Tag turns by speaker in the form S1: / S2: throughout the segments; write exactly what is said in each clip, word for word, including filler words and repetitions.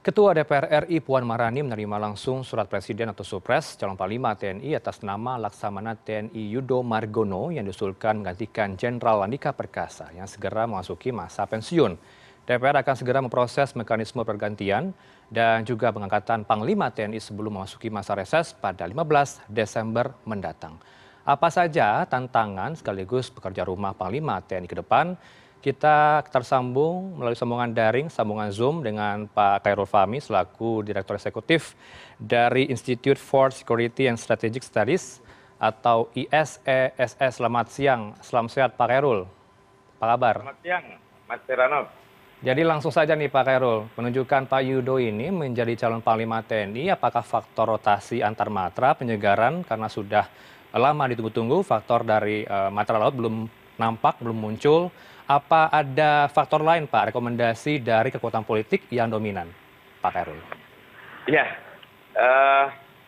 S1: Ketua D P R R I Puan Maharani menerima langsung surat Presiden atau Supres calon Panglima T N I atas nama Laksamana T N I Yudo Margono yang diusulkan menggantikan Jenderal Andika Perkasa yang segera memasuki masa pensiun. D P R akan segera memproses mekanisme pergantian dan juga pengangkatan Panglima T N I sebelum memasuki masa reses pada lima belas Desember mendatang. Apa saja tantangan sekaligus pekerja rumah Panglima T N I ke depan? Kita tersambung melalui sambungan daring, sambungan Zoom dengan Pak Khairul Fahmi selaku Direktur Eksekutif dari Institute for Security and Strategic Studies atau I S E S S. Selamat siang, selamat sehat Pak Khairul. Apa kabar?
S2: Selamat siang, Mas Heranov.
S1: Jadi langsung saja nih Pak Khairul, penunjukan Pak Yudo ini menjadi calon Panglima T N I, apakah faktor rotasi antar matra penyegaran karena sudah lama ditunggu-tunggu, faktor dari uh, matra laut belum nampak, belum muncul. Apa ada faktor lain, Pak, rekomendasi dari kekuatan politik yang dominan, Pak Khairul?
S2: Ya, uh,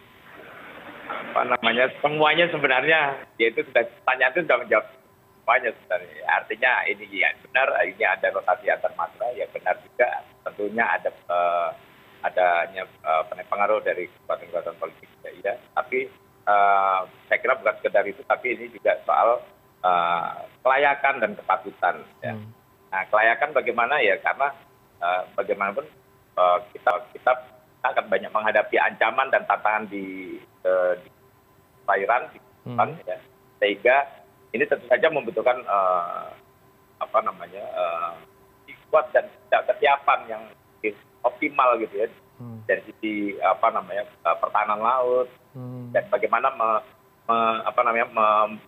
S2: apa namanya, semuanya sebenarnya, yaitu sudah tanya itu sudah menjawab semuanya sebenarnya. Artinya ini ya benar, ini ada rotasi antar matra, ya benar juga. Tentunya ada uh, adanya uh, pengaruh dari kekuatan-kekuatan politik, ya. Tapi uh, saya kira bukan sekedar itu, tapi ini juga soal Uh, kelayakan dan kepatutan. Ya. Hmm. Nah, kelayakan bagaimana ya? Karena uh, bagaimanapun uh, kita kita akan banyak menghadapi ancaman dan tantangan di, uh, di perairan, di hmm. ya. Sehingga ini tentu saja membutuhkan uh, apa namanya uh, kuat dan kesiapan yang optimal gitu ya. Hmm. Dari sisi apa namanya uh, pertahanan laut hmm. dan bagaimana me, me, apa namanya me,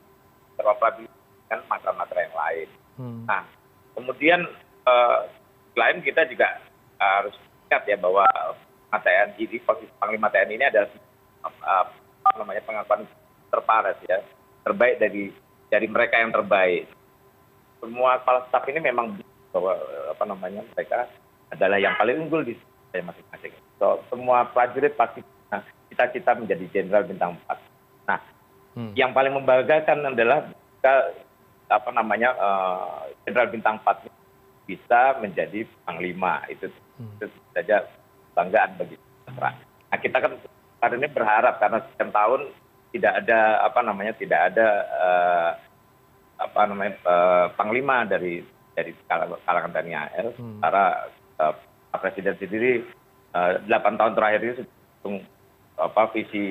S2: dengan matra-matra yang lain. Hmm. Nah, kemudian uh, selain kita juga uh, harus ingat ya bahwa T N I, posisi Panglima T N I ini adalah uh, apa namanya pengakuan terparas ya, terbaik dari dari mereka yang terbaik. Semua kepala staf ini memang bahwa apa namanya mereka adalah yang paling unggul di masing-masing. So, semua prajurit pasti nah, cita-cita menjadi jenderal bintang empat. Nah, Hmm. yang paling membanggakan adalah jika apa namanya jenderal uh, bintang empat bisa menjadi panglima, itu, hmm. itu saja banggaan bagi kita. Nah, kita kan hari ini berharap karena sekian tahun tidak ada apa namanya tidak ada uh, apa namanya uh, panglima dari dari kalangan T N I A L. Hmm. Karena uh, Pak Presiden sendiri uh, delapan tahun terakhir ini sedang apa visi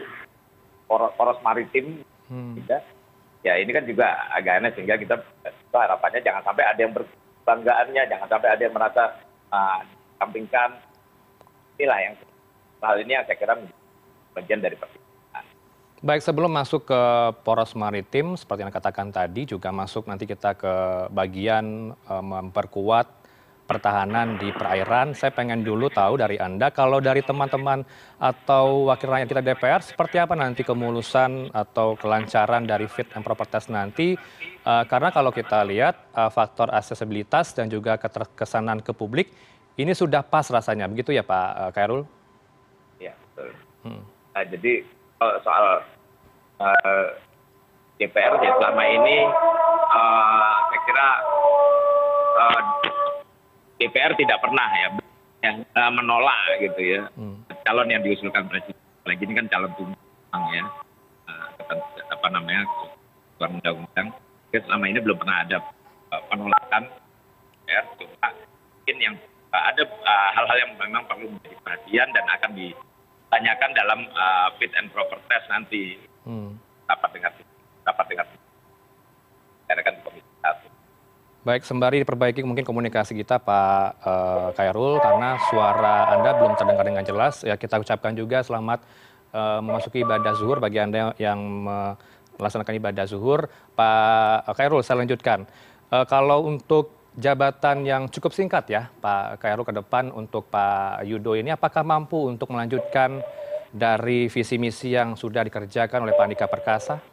S2: poros maritim, hmm. gitu. Ya ini kan juga agak aneh sehingga kita harapannya jangan sampai ada yang berbanggaannya, jangan sampai ada yang merasa uh, sampingkan. Inilah yang hal ini yang saya kira bagian dari pertimbangan.
S1: Baik, sebelum masuk ke poros maritim, seperti yang katakan tadi, juga masuk nanti kita ke bagian uh, memperkuat pertahanan di perairan. Saya pengen dulu tahu dari Anda, kalau dari teman-teman atau wakil rakyat kita D P R, seperti apa nanti kemulusan atau kelancaran dari fit and proper test nanti? Uh, karena kalau kita lihat uh, faktor aksesibilitas dan juga keterkesanan ke publik, ini sudah pas rasanya. Begitu ya Pak uh, Khairul?
S2: Ya, betul. Hmm. Nah, jadi soal uh, D P R ya selama ini, uh, saya kira uh, D P R tidak pernah ya yang uh, menolak gitu ya hmm. calon yang diusulkan presiden. Lagi ini kan calon tunggang ya, uh, apa namanya keluar undang-undang. Selama ini belum pernah ada uh, penolakan ya. Cuma mungkin yang uh, ada hal-hal uh, yang memang perlu menjadi perhatian dan akan ditanyakan dalam uh, fit and proper test nanti. Hmm. Dapat dengar, dapat dengar. Kan di Komisi satu.
S1: Baik, sembari diperbaiki mungkin komunikasi kita Pak uh, Khairul, karena suara Anda belum terdengar dengan jelas. Ya, kita ucapkan juga selamat uh, memasuki ibadah zuhur bagi Anda yang melaksanakan ibadah zuhur. Pak Khairul, saya lanjutkan. Uh, kalau untuk jabatan yang cukup singkat ya Pak Khairul ke depan untuk Pak Yudo ini, apakah mampu untuk melanjutkan dari visi misi yang sudah dikerjakan oleh Pak Andika Perkasa?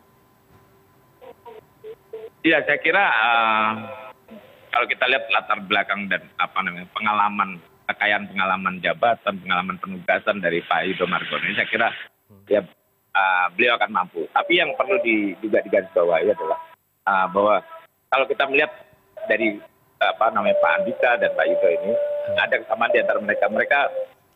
S2: Iya, saya kira uh... kalau kita lihat latar belakang dan apa namanya pengalaman, kekayaan pengalaman jabatan, pengalaman penugasan dari Pak Yudo Margono ini, saya kira ya uh, beliau akan mampu. Tapi yang perlu di, juga digarisbawahi adalah uh, bahwa kalau kita melihat dari apa namanya Pak Andika dan Pak Yudo ini, ada kesamaan di antara mereka. Mereka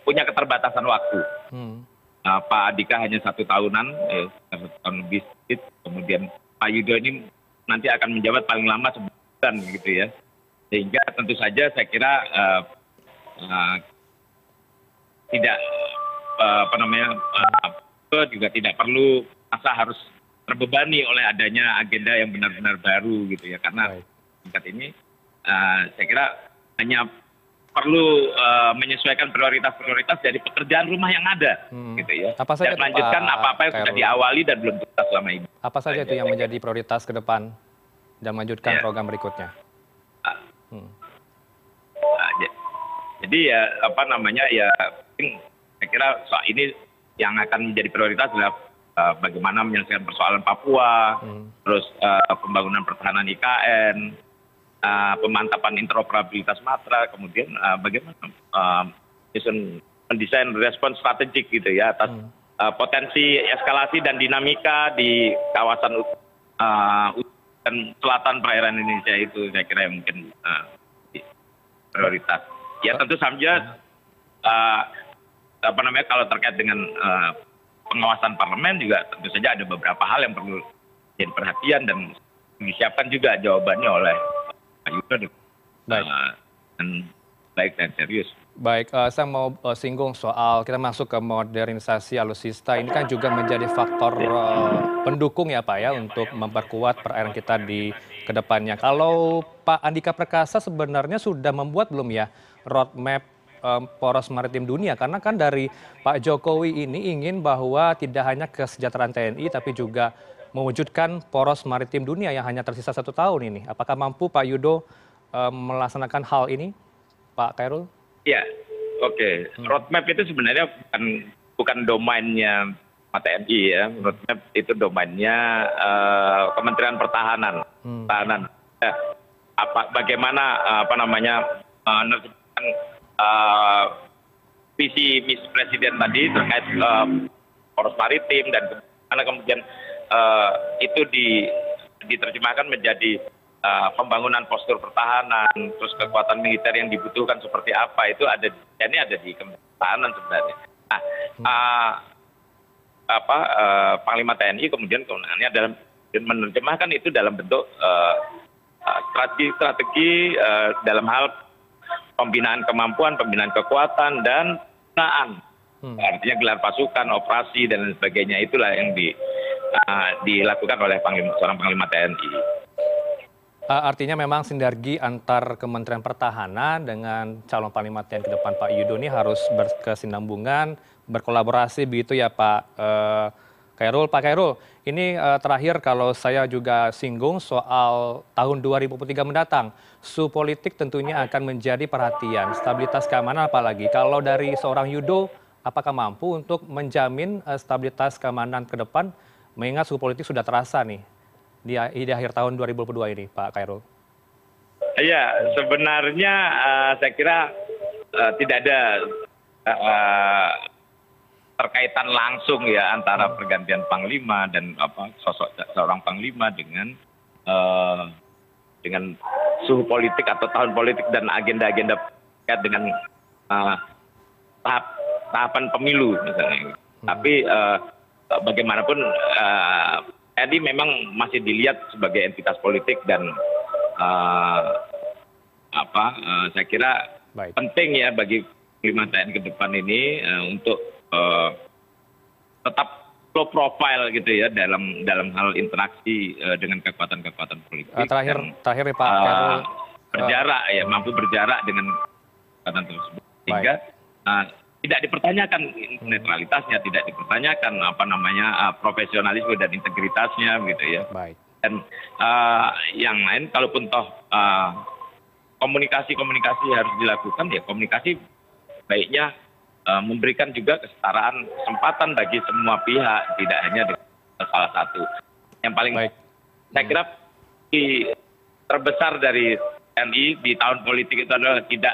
S2: punya keterbatasan waktu.
S1: Hmm.
S2: Nah, Pak Andika hanya satu tahunan, eh, satu tahun lebih sedikit. Kemudian Pak Yudo ini nanti akan menjabat paling lama sebulan gitu ya. Sehingga tentu saja saya kira uh, uh, tidak uh, apa namanya uh, juga tidak perlu masa harus terbebani oleh adanya agenda yang benar-benar baru gitu ya, karena tingkat ini uh, saya kira hanya perlu uh, menyesuaikan prioritas-prioritas dari pekerjaan rumah yang ada, hmm. gitu ya.
S1: Apa saja
S2: dan melanjutkan apa-apa yang sudah diawali dan belum tuntas selama ini.
S1: Apa saja itu yang menjadi prioritas ke depan dan melanjutkan ya. program berikutnya?
S2: Uh, hmm. uh, jadi ya apa namanya ya, saya kira soal ini yang akan menjadi prioritas adalah Uh, bagaimana menyelesaikan persoalan Papua, hmm. terus uh, pembangunan pertahanan I K N, uh, pemantapan interoperabilitas Matra, kemudian uh, bagaimana uh, mendesain respons strategik gitu ya atas hmm. uh, potensi eskalasi dan dinamika di kawasan uh, dan selatan perairan Indonesia itu, saya kira yang mungkin uh, prioritas. Ya tentu saja uh, apa namanya kalau terkait dengan uh, pengawasan parlemen juga tentu saja ada beberapa hal yang perlu jadi perhatian dan disiapkan juga jawabannya oleh Pak Yudo uh, dan baik dan serius.
S1: Baik, uh, saya mau uh, singgung soal kita masuk ke modernisasi alutsista. Ini kan juga menjadi faktor uh, pendukung ya Pak ya untuk memperkuat perairan kita di kedepannya. Kalau Pak Andika Perkasa sebenarnya sudah membuat belum ya roadmap poros maritim dunia, karena kan dari Pak Jokowi ini ingin bahwa tidak hanya kesejahteraan T N I tapi juga mewujudkan poros maritim dunia yang hanya tersisa satu tahun ini. Apakah mampu Pak Yudo um, melaksanakan hal ini, Pak Khairul?
S2: Ya, oke. Okay. Hmm. Roadmap itu sebenarnya bukan bukan domainnya T N I ya. Roadmap itu domainnya uh, Kementerian Pertahanan. Hmm. Pertahanan. Ya, apa bagaimana uh, apa namanya uh, Uh, visi misi presiden tadi terkait uh, poros maritim dan karena kemudian uh, itu di, diterjemahkan menjadi uh, pembangunan postur pertahanan, terus kekuatan militer yang dibutuhkan seperti apa, itu ada ini ada di Kementerian Pertahanan sebenarnya. Nah, uh, apa uh, Panglima T N I kemudian kewenangannya dalam menerjemahkan itu dalam bentuk strategi-strategi uh, uh, dalam hal pembinaan kemampuan, pembinaan kekuatan, dan pembinaan. Hmm. Artinya gelar pasukan, operasi, dan sebagainya. Itulah yang di, uh, dilakukan oleh panglima, seorang Panglima T N I.
S1: Uh, artinya memang sinergi antar Kementerian Pertahanan dengan calon Panglima T N I ke depan Pak Yudo ini harus berkesinambungan, berkolaborasi begitu ya Pak uh, Khairul. Pak Khairul, ini uh, terakhir kalau saya juga singgung soal tahun dua ribu dua puluh tiga mendatang. Suhu politik tentunya akan menjadi perhatian. Stabilitas keamanan apalagi. Kalau dari seorang Yudo, apakah mampu untuk menjamin uh, stabilitas keamanan ke depan? Mengingat suhu politik sudah terasa nih di, di akhir tahun dua ribu dua puluh dua ini, Pak Khairul.
S2: Iya, sebenarnya uh, saya kira uh, tidak ada uh, terkaitan langsung ya antara pergantian panglima dan apa sosok seorang panglima dengan uh, dengan suhu politik atau tahun politik dan agenda-agenda terkait dengan uh, tahap tahapan pemilu misalnya. Hmm. Tapi uh, bagaimanapun uh, T N I memang masih dilihat sebagai entitas politik dan uh, apa uh, saya kira Baik. penting ya bagi Panglima T N I ke depan ini uh, untuk uh, tetap low profile gitu ya dalam dalam hal interaksi uh, dengan kekuatan-kekuatan politik.
S1: Uh, terakhir dan, terakhir ya Pak
S2: uh, berjarak uh, ya uh, mampu berjarak dengan kekuatan tersebut sehingga uh, tidak dipertanyakan netralitasnya, tidak dipertanyakan apa namanya uh, profesionalisme dan integritasnya gitu ya.
S1: Baik.
S2: Dan uh, yang lain kalaupun toh uh, komunikasi-komunikasi harus dilakukan ya komunikasi baiknya uh, memberikan juga kesetaraan kesempatan bagi semua pihak, tidak hanya salah satu. Yang paling Baik. saya kira di, terbesar dari T N I di tahun politik itu adalah tidak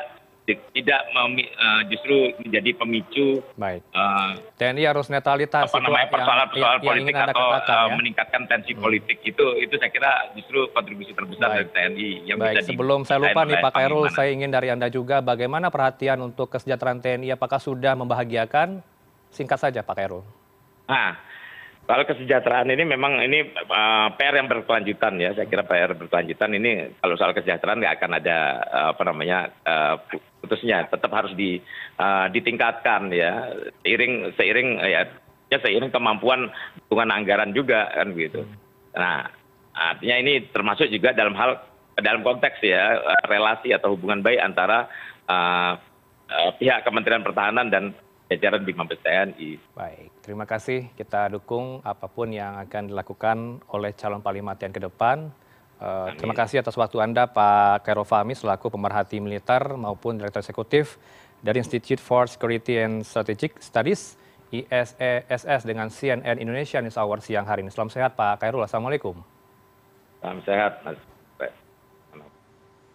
S2: tidak memi, uh, justru menjadi pemicu
S1: Baik.
S2: uh,
S1: T N I harus netralitas
S2: apa namanya persoalan-persoalan politik atau uh,
S1: ya?
S2: meningkatkan tensi hmm. politik itu itu saya kira justru kontribusi terbesar Baik. dari T N I yang
S1: Baik.
S2: bisa
S1: Sebelum saya lupa nih Pak Khairul, saya ingin dari Anda juga bagaimana perhatian untuk kesejahteraan T N I, apakah sudah membahagiakan? Singkat saja Pak Khairul.
S2: Nah, kalau kesejahteraan ini memang ini uh, P R yang berkelanjutan ya, saya kira P R berkelanjutan ini kalau soal kesejahteraan nggak akan ada uh, apa namanya uh, putusnya, tetap harus di, uh, ditingkatkan ya, seiring seiring ya, ya seiring kemampuan dukungan anggaran juga kan begitu. Nah, artinya ini termasuk juga dalam hal dalam konteks ya relasi atau hubungan baik antara uh, uh, pihak Kementerian Pertahanan dan jajaran di Mabes T N I.
S1: Baik, terima kasih. Kita dukung apapun yang akan dilakukan oleh calon Panglima T N I ke depan. Uh, terima kasih atas waktu Anda, Pak Khairul Fahmi, selaku pemerhati militer maupun Direktur Eksekutif dari Institute for Security and Strategic Studies I S E S S dengan C N N Indonesia News Hour siang hari ini. Salam sehat Pak Khairul. Assalamualaikum.
S2: Salam sehat, Mas.